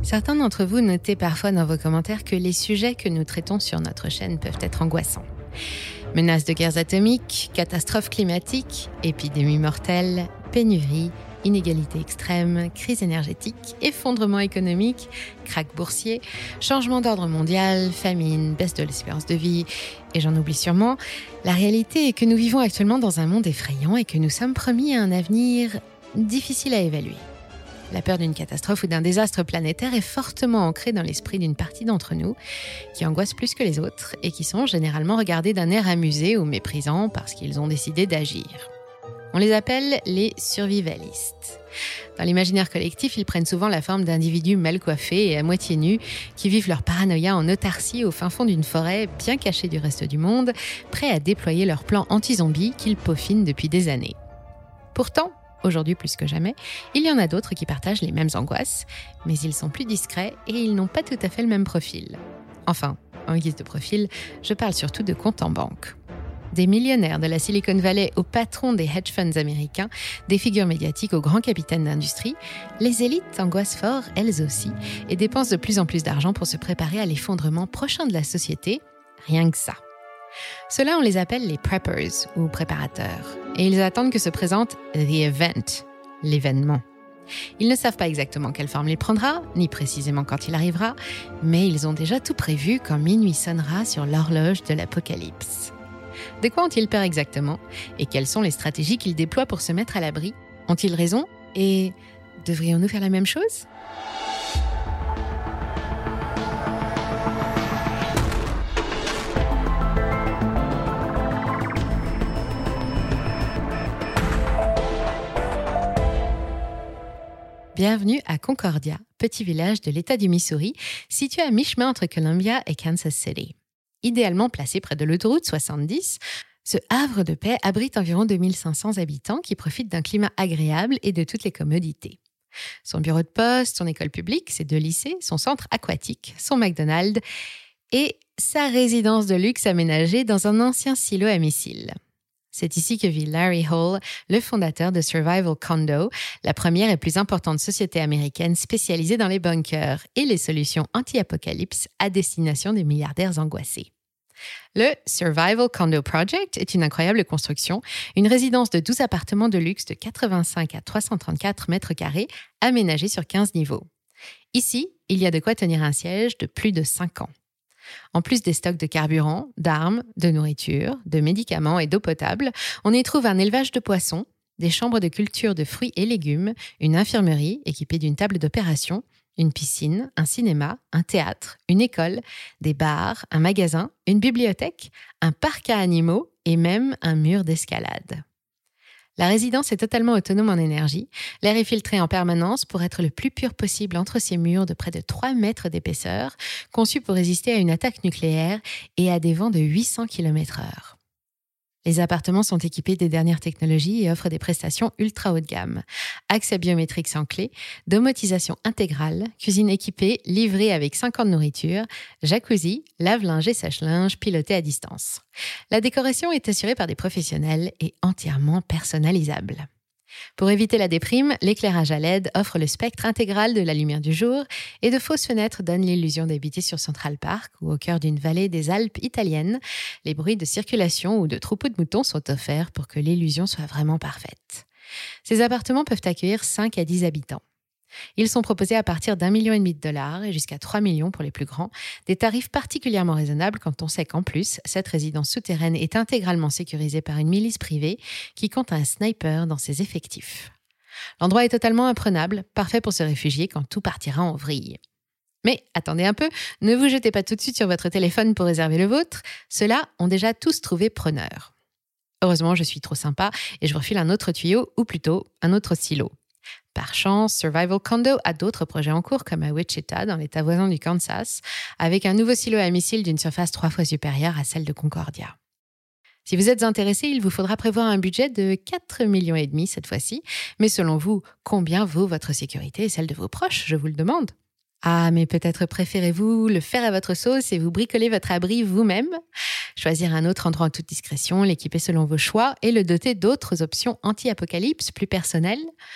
Certains d'entre vous notez parfois dans vos commentaires que les sujets que nous traitons sur notre chaîne peuvent être angoissants. Menaces de guerres atomiques, catastrophes climatiques, épidémies mortelles, pénuries, inégalités extrêmes, crise énergétique, effondrement économique, krach boursier, changement d'ordre mondial, famine, baisse de l'espérance de vie, et j'en oublie sûrement. La réalité est que nous vivons actuellement dans un monde effrayant et que nous sommes promis à un avenir difficile à évaluer. La peur d'une catastrophe ou d'un désastre planétaire est fortement ancrée dans l'esprit d'une partie d'entre nous, qui angoissent plus que les autres et qui sont généralement regardés d'un air amusé ou méprisant parce qu'ils ont décidé d'agir. On les appelle les survivalistes. Dans l'imaginaire collectif, ils prennent souvent la forme d'individus mal coiffés et à moitié nus qui vivent leur paranoïa en autarcie au fin fond d'une forêt bien cachée du reste du monde, prêts à déployer leur plan anti-zombies qu'ils peaufinent depuis des années. Pourtant, aujourd'hui plus que jamais, il y en a d'autres qui partagent les mêmes angoisses, mais ils sont plus discrets et ils n'ont pas tout à fait le même profil. Enfin, en guise de profil, je parle surtout de comptes en banque. Des millionnaires de la Silicon Valley aux patrons des hedge funds américains, des figures médiatiques aux grands capitaines d'industrie, les élites angoissent fort, elles aussi, et dépensent de plus en plus d'argent pour se préparer à l'effondrement prochain de la société, rien que ça. Ceux-là, on les appelle les preppers ou préparateurs, et ils attendent que se présente the event, l'événement. Ils ne savent pas exactement quelle forme il prendra, ni précisément quand il arrivera, mais ils ont déjà tout prévu quand minuit sonnera sur l'horloge de l'apocalypse. De quoi ont-ils peur exactement? Et quelles sont les stratégies qu'ils déploient pour se mettre à l'abri? Ont-ils raison? Et devrions-nous faire la même chose? Bienvenue à Concordia, petit village de l'État du Missouri, situé à mi-chemin entre Columbia et Kansas City. Idéalement placé près de l'autoroute 70, ce havre de paix abrite environ 2500 habitants qui profitent d'un climat agréable et de toutes les commodités. Son bureau de poste, son école publique, ses 2 lycées, son centre aquatique, son McDonald's et sa résidence de luxe aménagée dans un ancien silo à missiles. C'est ici que vit Larry Hall, le fondateur de Survival Condo, la première et plus importante société américaine spécialisée dans les bunkers et les solutions anti-apocalypse à destination des milliardaires angoissés. Le Survival Condo Project est une incroyable construction, une résidence de 12 appartements de luxe de 85 à 334 mètres carrés, aménagée sur 15 niveaux. Ici, il y a de quoi tenir un siège de plus de 5 ans. En plus des stocks de carburant, d'armes, de nourriture, de médicaments et d'eau potable, on y trouve un élevage de poissons, des chambres de culture de fruits et légumes, une infirmerie équipée d'une table d'opération, une piscine, un cinéma, un théâtre, une école, des bars, un magasin, une bibliothèque, un parc à animaux et même un mur d'escalade. La résidence est totalement autonome en énergie. L'air est filtré en permanence pour être le plus pur possible entre ces murs de près de 3 mètres d'épaisseur, conçus pour résister à une attaque nucléaire et à des vents de 800 km/h. Les appartements sont équipés des dernières technologies et offrent des prestations ultra haut de gamme. Accès biométrique sans clé, domotisation intégrale, cuisine équipée, livrée avec 5 ans de nourriture, jacuzzi, lave-linge et sèche-linge pilotés à distance. La décoration est assurée par des professionnels et entièrement personnalisable. Pour éviter la déprime, l'éclairage à LED offre le spectre intégral de la lumière du jour et de fausses fenêtres donnent l'illusion d'habiter sur Central Park ou au cœur d'une vallée des Alpes italiennes. Les bruits de circulation ou de troupeaux de moutons sont offerts pour que l'illusion soit vraiment parfaite. Ces appartements peuvent accueillir 5 à 10 habitants. Ils sont proposés à partir d'1,5 million de dollars et jusqu'à 3 millions pour les plus grands, des tarifs particulièrement raisonnables quand on sait qu'en plus, cette résidence souterraine est intégralement sécurisée par une milice privée qui compte un sniper dans ses effectifs. L'endroit est totalement imprenable, parfait pour se réfugier quand tout partira en vrille. Mais attendez un peu, ne vous jetez pas tout de suite sur votre téléphone pour réserver le vôtre, ceux-là ont déjà tous trouvé preneur. Heureusement, je suis trop sympa et je vous refile un autre tuyau, ou plutôt un autre silo. Par chance, Survival Condo a d'autres projets en cours comme à Wichita, dans l'état voisin du Kansas, avec un nouveau silo à missiles d'une surface 3 fois supérieure à celle de Concordia. Si vous êtes intéressé, il vous faudra prévoir un budget de 4,5 millions cette fois-ci. Mais selon vous, combien vaut votre sécurité et celle de vos proches, je vous le demande? Ah, mais peut-être préférez-vous le faire à votre sauce et vous bricoler votre abri vous-même? Choisir un autre endroit en toute discrétion, l'équiper selon vos choix et le doter d'autres options anti-apocalypse plus personnelles?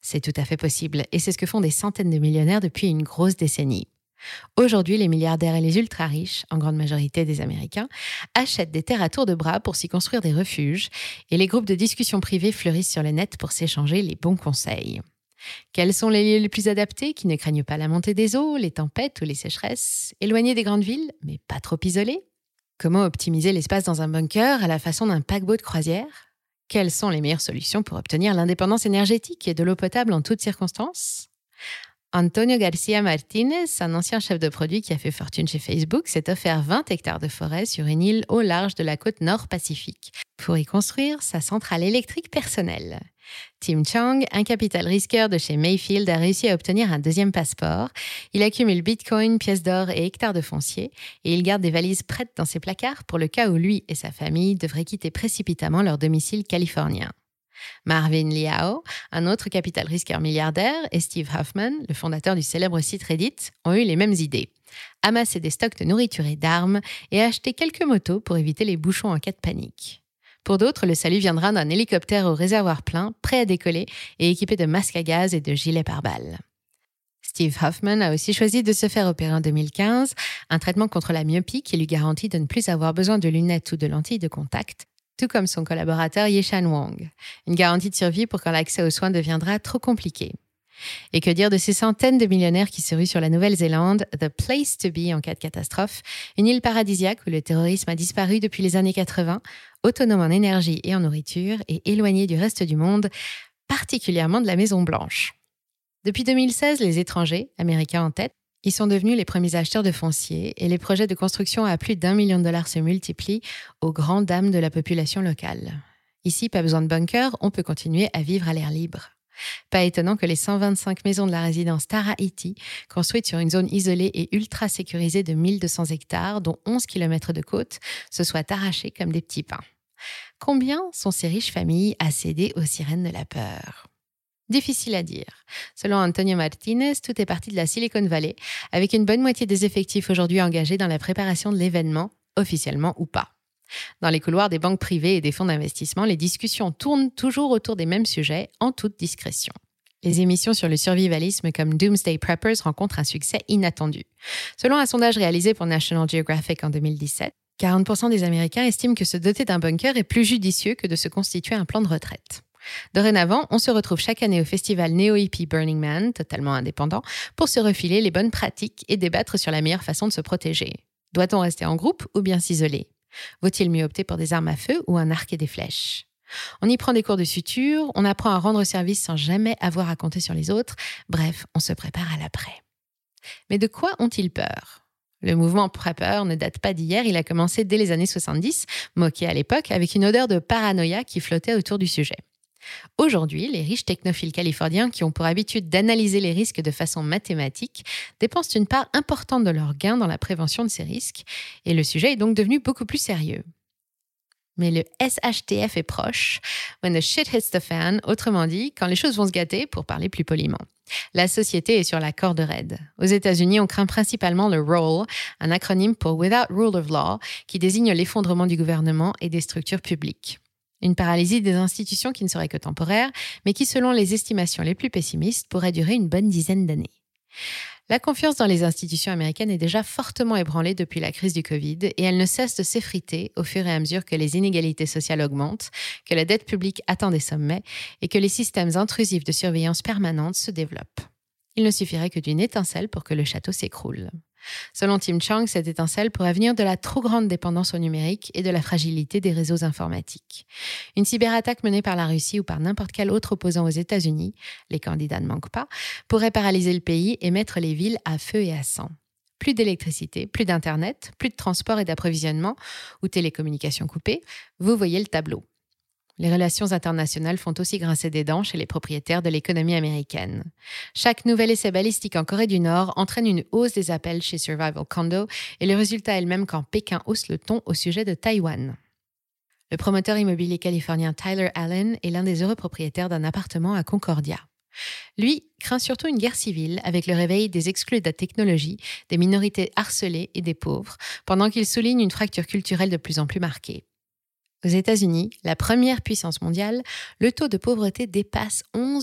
C'est tout à fait possible, et c'est ce que font des centaines de millionnaires depuis une grosse décennie. Aujourd'hui, les milliardaires et les ultra-riches, en grande majorité des Américains, achètent des terres à tour de bras pour s'y construire des refuges, et les groupes de discussion privés fleurissent sur le net pour s'échanger les bons conseils. Quels sont les lieux les plus adaptés qui ne craignent pas la montée des eaux, les tempêtes ou les sécheresses, éloignés des grandes villes, mais pas trop isolés? Comment optimiser l'espace dans un bunker à la façon d'un paquebot de croisière? Quelles sont les meilleures solutions pour obtenir l'indépendance énergétique et de l'eau potable en toutes circonstances? Antonio García Martínez, un ancien chef de produit qui a fait fortune chez Facebook, s'est offert 20 hectares de forêt sur une île au large de la côte nord Pacifique pour y construire sa centrale électrique personnelle. Tim Chang, un capital risqueur de chez Mayfield, a réussi à obtenir un deuxième passeport. Il accumule bitcoin, pièces d'or et hectares de foncier et il garde des valises prêtes dans ses placards pour le cas où lui et sa famille devraient quitter précipitamment leur domicile californien. Marvin Liao, un autre capital risqueur milliardaire, et Steve Huffman, le fondateur du célèbre site Reddit, ont eu les mêmes idées. Amasser des stocks de nourriture et d'armes et acheter quelques motos pour éviter les bouchons en cas de panique. Pour d'autres, le salut viendra d'un hélicoptère au réservoir plein, prêt à décoller et équipé de masques à gaz et de gilets pare-balles. Steve Huffman a aussi choisi de se faire opérer en 2015, un traitement contre la myopie qui lui garantit de ne plus avoir besoin de lunettes ou de lentilles de contact, tout comme son collaborateur Yeshan Wang. Une garantie de survie pour quand l'accès aux soins deviendra trop compliqué. Et que dire de ces centaines de millionnaires qui se ruent sur la Nouvelle-Zélande, the place to be en cas de catastrophe, une île paradisiaque où le terrorisme a disparu depuis les années 80, autonome en énergie et en nourriture et éloigné du reste du monde, particulièrement de la Maison-Blanche. Depuis 2016, les étrangers, américains en tête, ils sont devenus les premiers acheteurs de foncier et les projets de construction à plus d'$1 million se multiplient aux grandes dames de la population locale. Ici, pas besoin de bunker, on peut continuer à vivre à l'air libre. Pas étonnant que les 125 maisons de la résidence Tahiti, construites sur une zone isolée et ultra sécurisée de 1200 hectares, dont 11 km de côte, se soient arrachées comme des petits pains. Combien sont ces riches familles à céder aux sirènes de la peur ? Difficile à dire. Selon Antonio Martínez, tout est parti de la Silicon Valley, avec une bonne moitié des effectifs aujourd'hui engagés dans la préparation de l'événement, officiellement ou pas. Dans les couloirs des banques privées et des fonds d'investissement, les discussions tournent toujours autour des mêmes sujets, en toute discrétion. Les émissions sur le survivalisme comme Doomsday Preppers rencontrent un succès inattendu. Selon un sondage réalisé pour National Geographic en 2017, 40% des Américains estiment que se doter d'un bunker est plus judicieux que de se constituer un plan de retraite. Dorénavant, on se retrouve chaque année au festival néo-hippie Burning Man, totalement indépendant, pour se refiler les bonnes pratiques et débattre sur la meilleure façon de se protéger. Doit-on rester en groupe ou bien s'isoler ? Vaut-il mieux opter pour des armes à feu ou un arc et des flèches ? On y prend des cours de suture, on apprend à rendre service sans jamais avoir à compter sur les autres. Bref, on se prépare à l'après. Mais de quoi ont-ils peur ? Le mouvement prepper ne date pas d'hier, il a commencé dès les années 70, moqué à l'époque, avec une odeur de paranoïa qui flottait autour du sujet. Aujourd'hui, les riches technophiles californiens qui ont pour habitude d'analyser les risques de façon mathématique dépensent une part importante de leurs gains dans la prévention de ces risques et le sujet est donc devenu beaucoup plus sérieux. Mais le SHTF est proche, when the shit hits the fan, autrement dit, quand les choses vont se gâter, pour parler plus poliment. La société est sur la corde raide. Aux États-Unis, on craint principalement le ROLL, un acronyme pour Without Rule of Law, qui désigne l'effondrement du gouvernement et des structures publiques. Une paralysie des institutions qui ne serait que temporaire, mais qui, selon les estimations les plus pessimistes, pourrait durer une bonne dizaine d'années. La confiance dans les institutions américaines est déjà fortement ébranlée depuis la crise du Covid et elle ne cesse de s'effriter au fur et à mesure que les inégalités sociales augmentent, que la dette publique atteint des sommets et que les systèmes intrusifs de surveillance permanente se développent. Il ne suffirait que d'une étincelle pour que le château s'écroule. Selon Tim Chang, cette étincelle pourrait venir de la trop grande dépendance au numérique et de la fragilité des réseaux informatiques. Une cyberattaque menée par la Russie ou par n'importe quel autre opposant aux États-Unis, les candidats ne manquent pas, pourrait paralyser le pays et mettre les villes à feu et à sang. Plus d'électricité, plus d'internet, plus de transport et d'approvisionnement ou télécommunications coupées, vous voyez le tableau. Les relations internationales font aussi grincer des dents chez les propriétaires de l'économie américaine. Chaque nouvel essai balistique en Corée du Nord entraîne une hausse des appels chez Survival Condo et le résultat est le même quand Pékin hausse le ton au sujet de Taïwan. Le promoteur immobilier californien Tyler Allen est l'un des heureux propriétaires d'un appartement à Concordia. Lui craint surtout une guerre civile avec le réveil des exclus de la technologie, des minorités harcelées et des pauvres, pendant qu'il souligne une fracture culturelle de plus en plus marquée. Aux États-Unis, la première puissance mondiale, le taux de pauvreté dépasse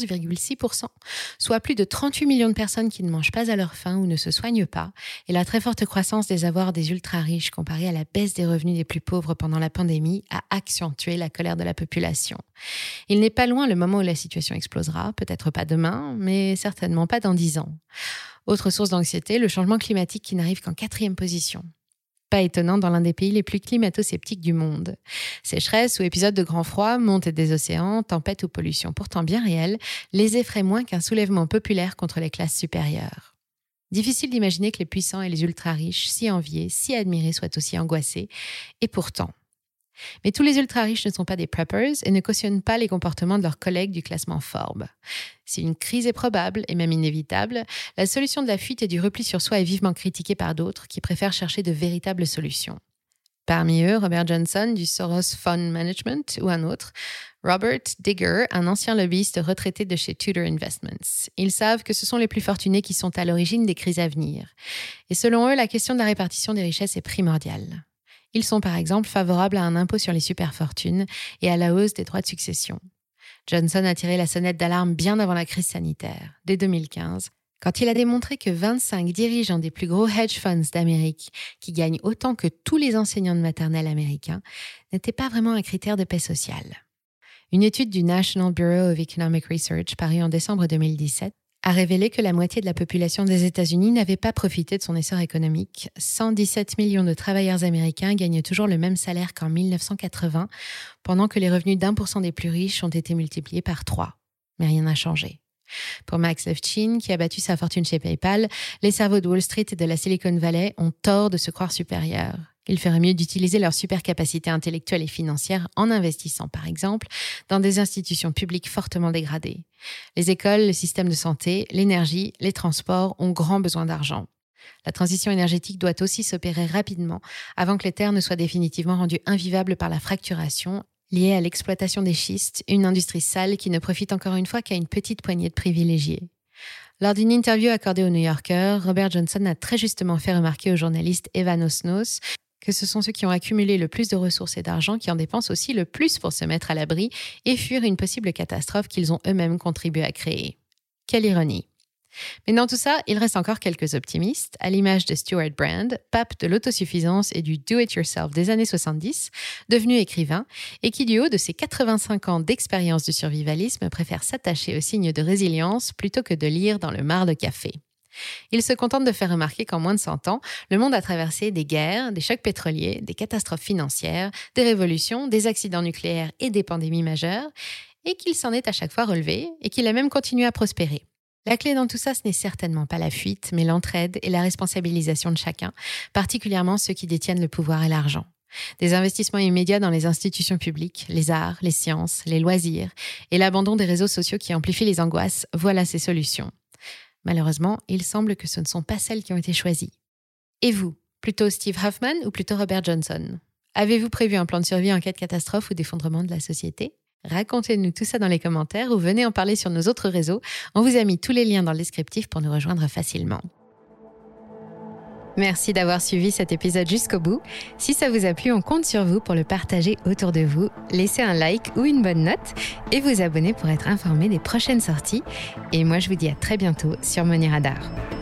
11,6%, soit plus de 38 millions de personnes qui ne mangent pas à leur faim ou ne se soignent pas, et la très forte croissance des avoirs des ultra-riches comparée à la baisse des revenus des plus pauvres pendant la pandémie a accentué la colère de la population. Il n'est pas loin le moment où la situation explosera, peut-être pas demain, mais certainement pas dans 10 ans. Autre source d'anxiété, le changement climatique qui n'arrive qu'en 4e position. Pas étonnant dans l'un des pays les plus climato-sceptiques du monde. Sécheresse ou épisodes de grand froid, montée des océans, tempêtes ou pollution pourtant bien réelles, les effraient moins qu'un soulèvement populaire contre les classes supérieures. Difficile d'imaginer que les puissants et les ultra-riches, si enviés, si admirés, soient aussi angoissés. Et pourtant. Mais tous les ultra-riches ne sont pas des preppers et ne cautionnent pas les comportements de leurs collègues du classement Forbes. Si une crise est probable et même inévitable, la solution de la fuite et du repli sur soi est vivement critiquée par d'autres qui préfèrent chercher de véritables solutions. Parmi eux, Robert Johnson du Soros Fund Management ou un autre, Robert Digger, un ancien lobbyiste retraité de chez Tudor Investments. Ils savent que ce sont les plus fortunés qui sont à l'origine des crises à venir. Et selon eux, la question de la répartition des richesses est primordiale. Ils sont par exemple favorables à un impôt sur les superfortunes et à la hausse des droits de succession. Johnson a tiré la sonnette d'alarme bien avant la crise sanitaire, dès 2015, quand il a démontré que 25 dirigeants des plus gros hedge funds d'Amérique, qui gagnent autant que tous les enseignants de maternelle américains, n'étaient pas vraiment un critère de paix sociale. Une étude du National Bureau of Economic Research parue en décembre 2017 a révélé que la moitié de la population des États-Unis n'avait pas profité de son essor économique. 117 millions de travailleurs américains gagnent toujours le même salaire qu'en 1980, pendant que les revenus d'1% des plus riches ont été multipliés par 3. Mais rien n'a changé. Pour Max Levchin, qui a battu sa fortune chez PayPal, les cerveaux de Wall Street et de la Silicon Valley ont tort de se croire supérieurs. Il ferait mieux d'utiliser leur super capacité intellectuelle et financière en investissant, par exemple, dans des institutions publiques fortement dégradées. Les écoles, le système de santé, l'énergie, les transports ont grand besoin d'argent. La transition énergétique doit aussi s'opérer rapidement avant que les terres ne soient définitivement rendues invivables par la fracturation liée à l'exploitation des schistes, une industrie sale qui ne profite encore une fois qu'à une petite poignée de privilégiés. Lors d'une interview accordée au New Yorker, Robert Johnson a très justement fait remarquer au journaliste Evan Osnos que ce sont ceux qui ont accumulé le plus de ressources et d'argent qui en dépensent aussi le plus pour se mettre à l'abri et fuir une possible catastrophe qu'ils ont eux-mêmes contribué à créer. Quelle ironie! Mais dans tout ça, il reste encore quelques optimistes, à l'image de Stuart Brand, pape de l'autosuffisance et du do-it-yourself des années 70, devenu écrivain, et qui, du haut de ses 85 ans d'expérience du survivalisme, préfère s'attacher aux signes de résilience plutôt que de lire dans le mar de café. Il se contente de faire remarquer qu'en moins de 100 ans, le monde a traversé des guerres, des chocs pétroliers, des catastrophes financières, des révolutions, des accidents nucléaires et des pandémies majeures, et qu'il s'en est à chaque fois relevé et qu'il a même continué à prospérer. La clé dans tout ça, ce n'est certainement pas la fuite, mais l'entraide et la responsabilisation de chacun, particulièrement ceux qui détiennent le pouvoir et l'argent. Des investissements immédiats dans les institutions publiques, les arts, les sciences, les loisirs et l'abandon des réseaux sociaux qui amplifient les angoisses, voilà ces solutions. Malheureusement, il semble que ce ne sont pas celles qui ont été choisies. Et vous, plutôt Steve Hoffman ou plutôt Robert Johnson? Avez-vous prévu un plan de survie en cas de catastrophe ou d'effondrement de la société? Racontez-nous tout ça dans les commentaires ou venez en parler sur nos autres réseaux. On vous a mis tous les liens dans le descriptif pour nous rejoindre facilement. Merci d'avoir suivi cet épisode jusqu'au bout. Si ça vous a plu, on compte sur vous pour le partager autour de vous. Laissez un like ou une bonne note et vous abonner pour être informé des prochaines sorties. Et moi, je vous dis à très bientôt sur Money Radar.